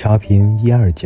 调频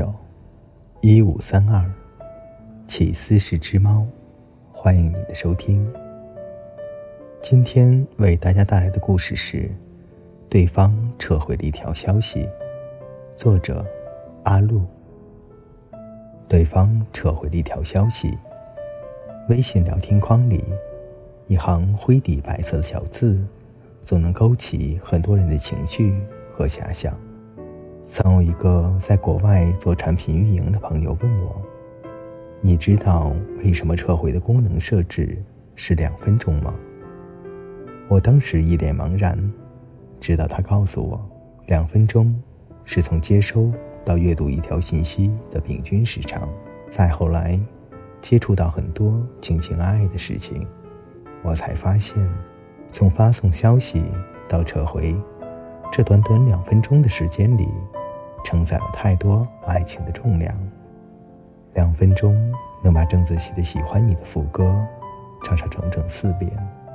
1291532，起司是只猫，欢迎你的收听。今天为大家带来的故事是对方撤回了一条消息，作者阿路。对方撤回了一条消息，微信聊天框里一行灰底白色的小字，总能勾起很多人的情绪和遐想。曾有一个在国外做产品运营的朋友问我，你知道为什么撤回的功能设置是2分钟吗？我当时一脸茫然，直到他告诉我2分钟是从接收到阅读一条信息的平均时长。再后来接触到很多情情爱爱的事情，我才发现从发送消息到撤回，这短短2分钟的时间里承载了太多爱情的重量。2分钟能把邓紫棋的喜欢你的副歌唱上整整4遍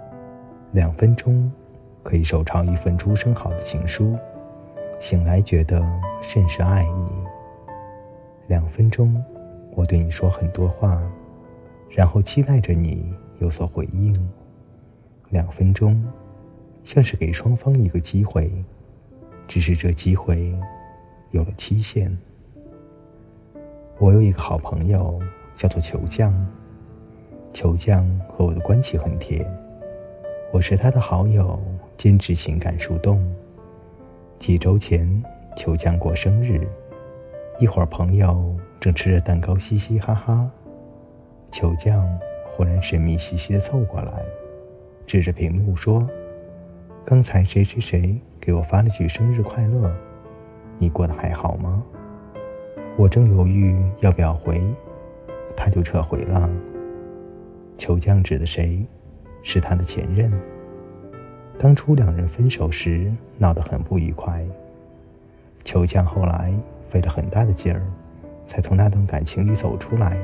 ，2分钟可以手抄一份出生好的情书，醒来觉得甚是爱你。2分钟我对你说很多话，然后期待着你有所回应。2分钟像是给双方一个机会，只是这机会有了期限。我有一个好朋友叫做球酱，球酱和我的关系很铁，我是他的好友兼职情感树洞。几周前球酱过生日，一会儿朋友正吃着蛋糕嘻嘻哈哈，球酱忽然神秘兮兮地凑过来，指着屏幕说，刚才谁谁谁给我发了句生日快乐，你过得还好吗？我正犹豫要不要回，他就撤回了。球酱指的谁？是他的前任。当初2人分手时闹得很不愉快，球酱后来费了很大的劲儿才从那段感情里走出来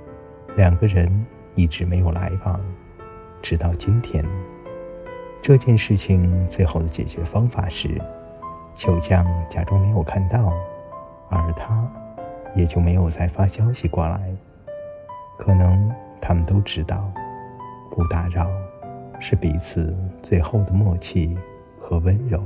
，2个人一直没有来往，直到今天。这件事情最后的解决方法是球酱假装没有看到，而他也就没有再发消息过来。可能他们都知道，不打扰是彼此最后的默契和温柔。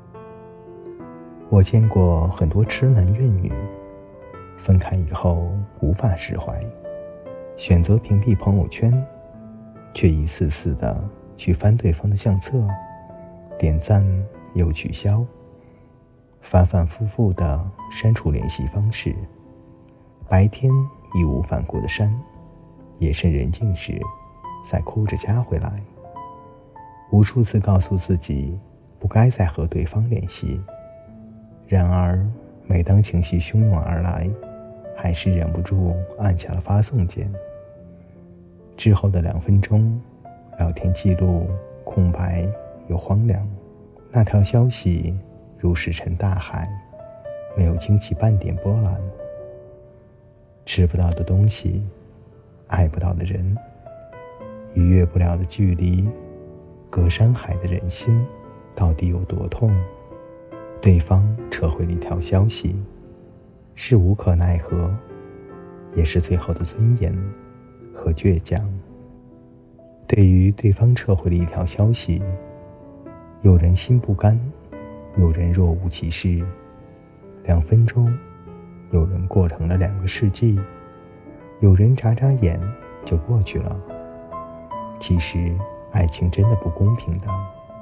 我见过很多痴男怨女，分开以后无法释怀，选择屏蔽朋友圈，却一次次的去翻对方的相册，点赞又取消，反反复复的删除联系方式，白天义无反顾的删，夜深人静时再哭着加回来。无数次告诉自己不该再和对方联系，然而每当情绪汹涌而来，还是忍不住按下了发送键。之后的2分钟，聊天记录空白又荒凉，那条消息如石沉大海，没有惊起半点波澜。吃不到的东西，爱不到的人，逾越不了的距离，隔山海的人心到底有多痛？对方撤回了一条消息，是无可奈何，也是最后的尊严和倔强。对于对方撤回了一条消息，有人心不甘，有人若无其事。2分钟，有人过成了2个世纪，有人眨眨眼就过去了。其实爱情真的不公平的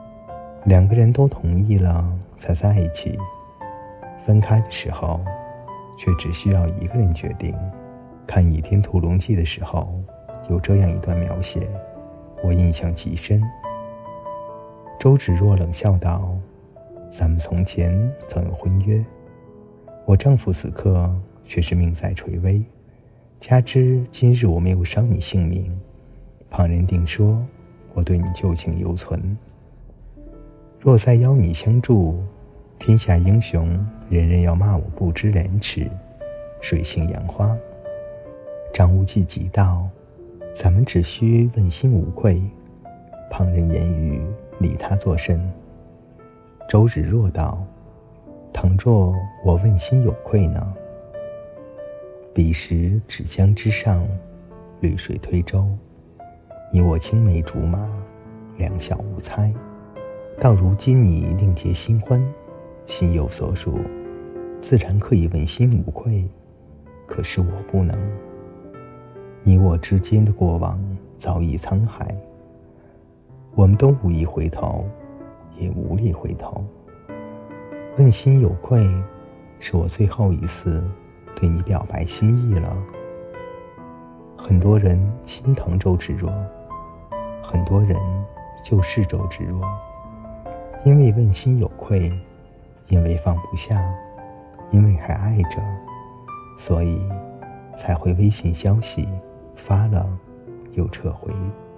，2个人都同意了才在一起，分开的时候却只需要1个人决定。看《倚天屠龙记》的时候，有这样一段描写，我印象极深。周芷若冷笑道，咱们从前曾有婚约，我丈夫此刻却是命在垂危，加之今日我没有伤你性命，旁人定说我对你旧情犹存。若再邀你相助，天下英雄人人要骂我不知廉耻，水性杨花。张无忌急道，咱们只需问心无愧，旁人言语理他作甚？周芷若道， 倘若我问心有愧呢？彼时芷江之上，绿水推舟，你我青梅竹马，两小无猜。到如今你另结新欢，心有所属，自然可以问心无愧。可是我不能。你我之间的过往早已沧海，我们都无意回头，也无力回头。问心有愧，是我最后一次对你表白心意了。很多人心疼周芷若，很多人就是周芷若，因为问心有愧，因为放不下，因为还爱着，所以才会微信消息发了又撤回。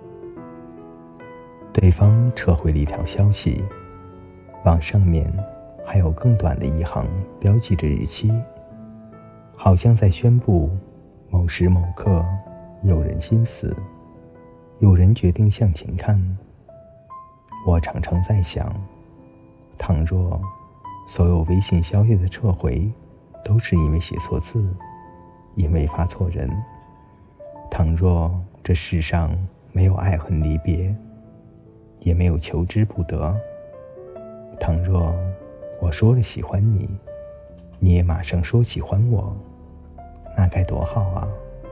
对方撤回了一条消息，往上面还有更短的一行标记着日期，好像在宣布某时某刻有人心死，有人决定向前看。我常常在想，倘若所有微信消息的撤回都是因为写错字，因为发错人，倘若这世上没有爱恨离别，也没有求之不得，倘若我说了喜欢你，你也马上说喜欢我，那该多好啊。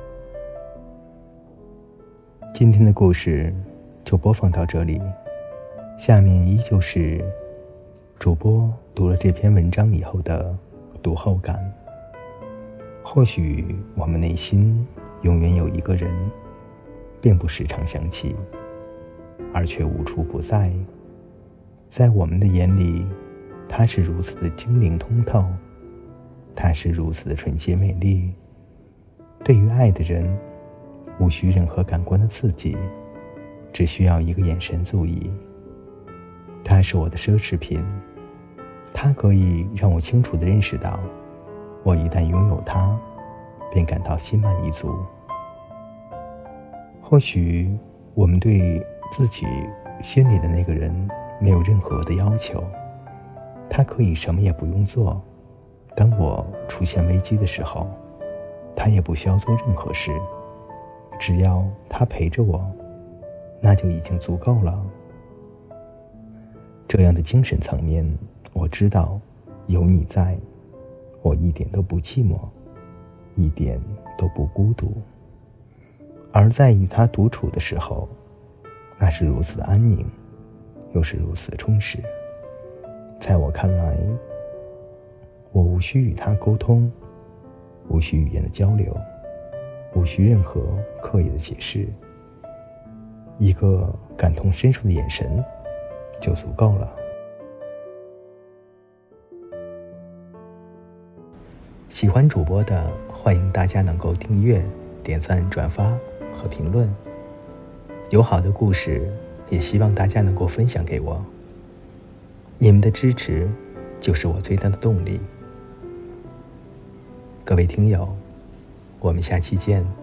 今天的故事就播放到这里，下面依旧是主播读了这篇文章以后的读后感。或许我们内心永远有一个人，并不时常想起，而却无处不在。在我们的眼里，他是如此的精灵通透，他是如此的纯洁美丽。对于爱的人，无需任何感官的刺激，只需要一个眼神足矣。他是我的奢侈品，他可以让我清楚地认识到，我一旦拥有他，便感到心满意足。或许我们对自己心里的那个人没有任何的要求，他可以什么也不用做，当我出现危机的时候，他也不需要做任何事，只要他陪着我，那就已经足够了。这样的精神层面，我知道有你在，我一点都不寂寞，一点都不孤独。而在与他独处的时候，那是如此的安宁，又是如此的充实。在我看来，我无需与他沟通，无需语言的交流，无需任何刻意的解释，一个感同身受的眼神就足够了。喜欢主播的，欢迎大家能够订阅、点赞、转发和评论。有好的故事，也希望大家能够分享给我。你们的支持就是我最大的动力。各位听友，我们下期见。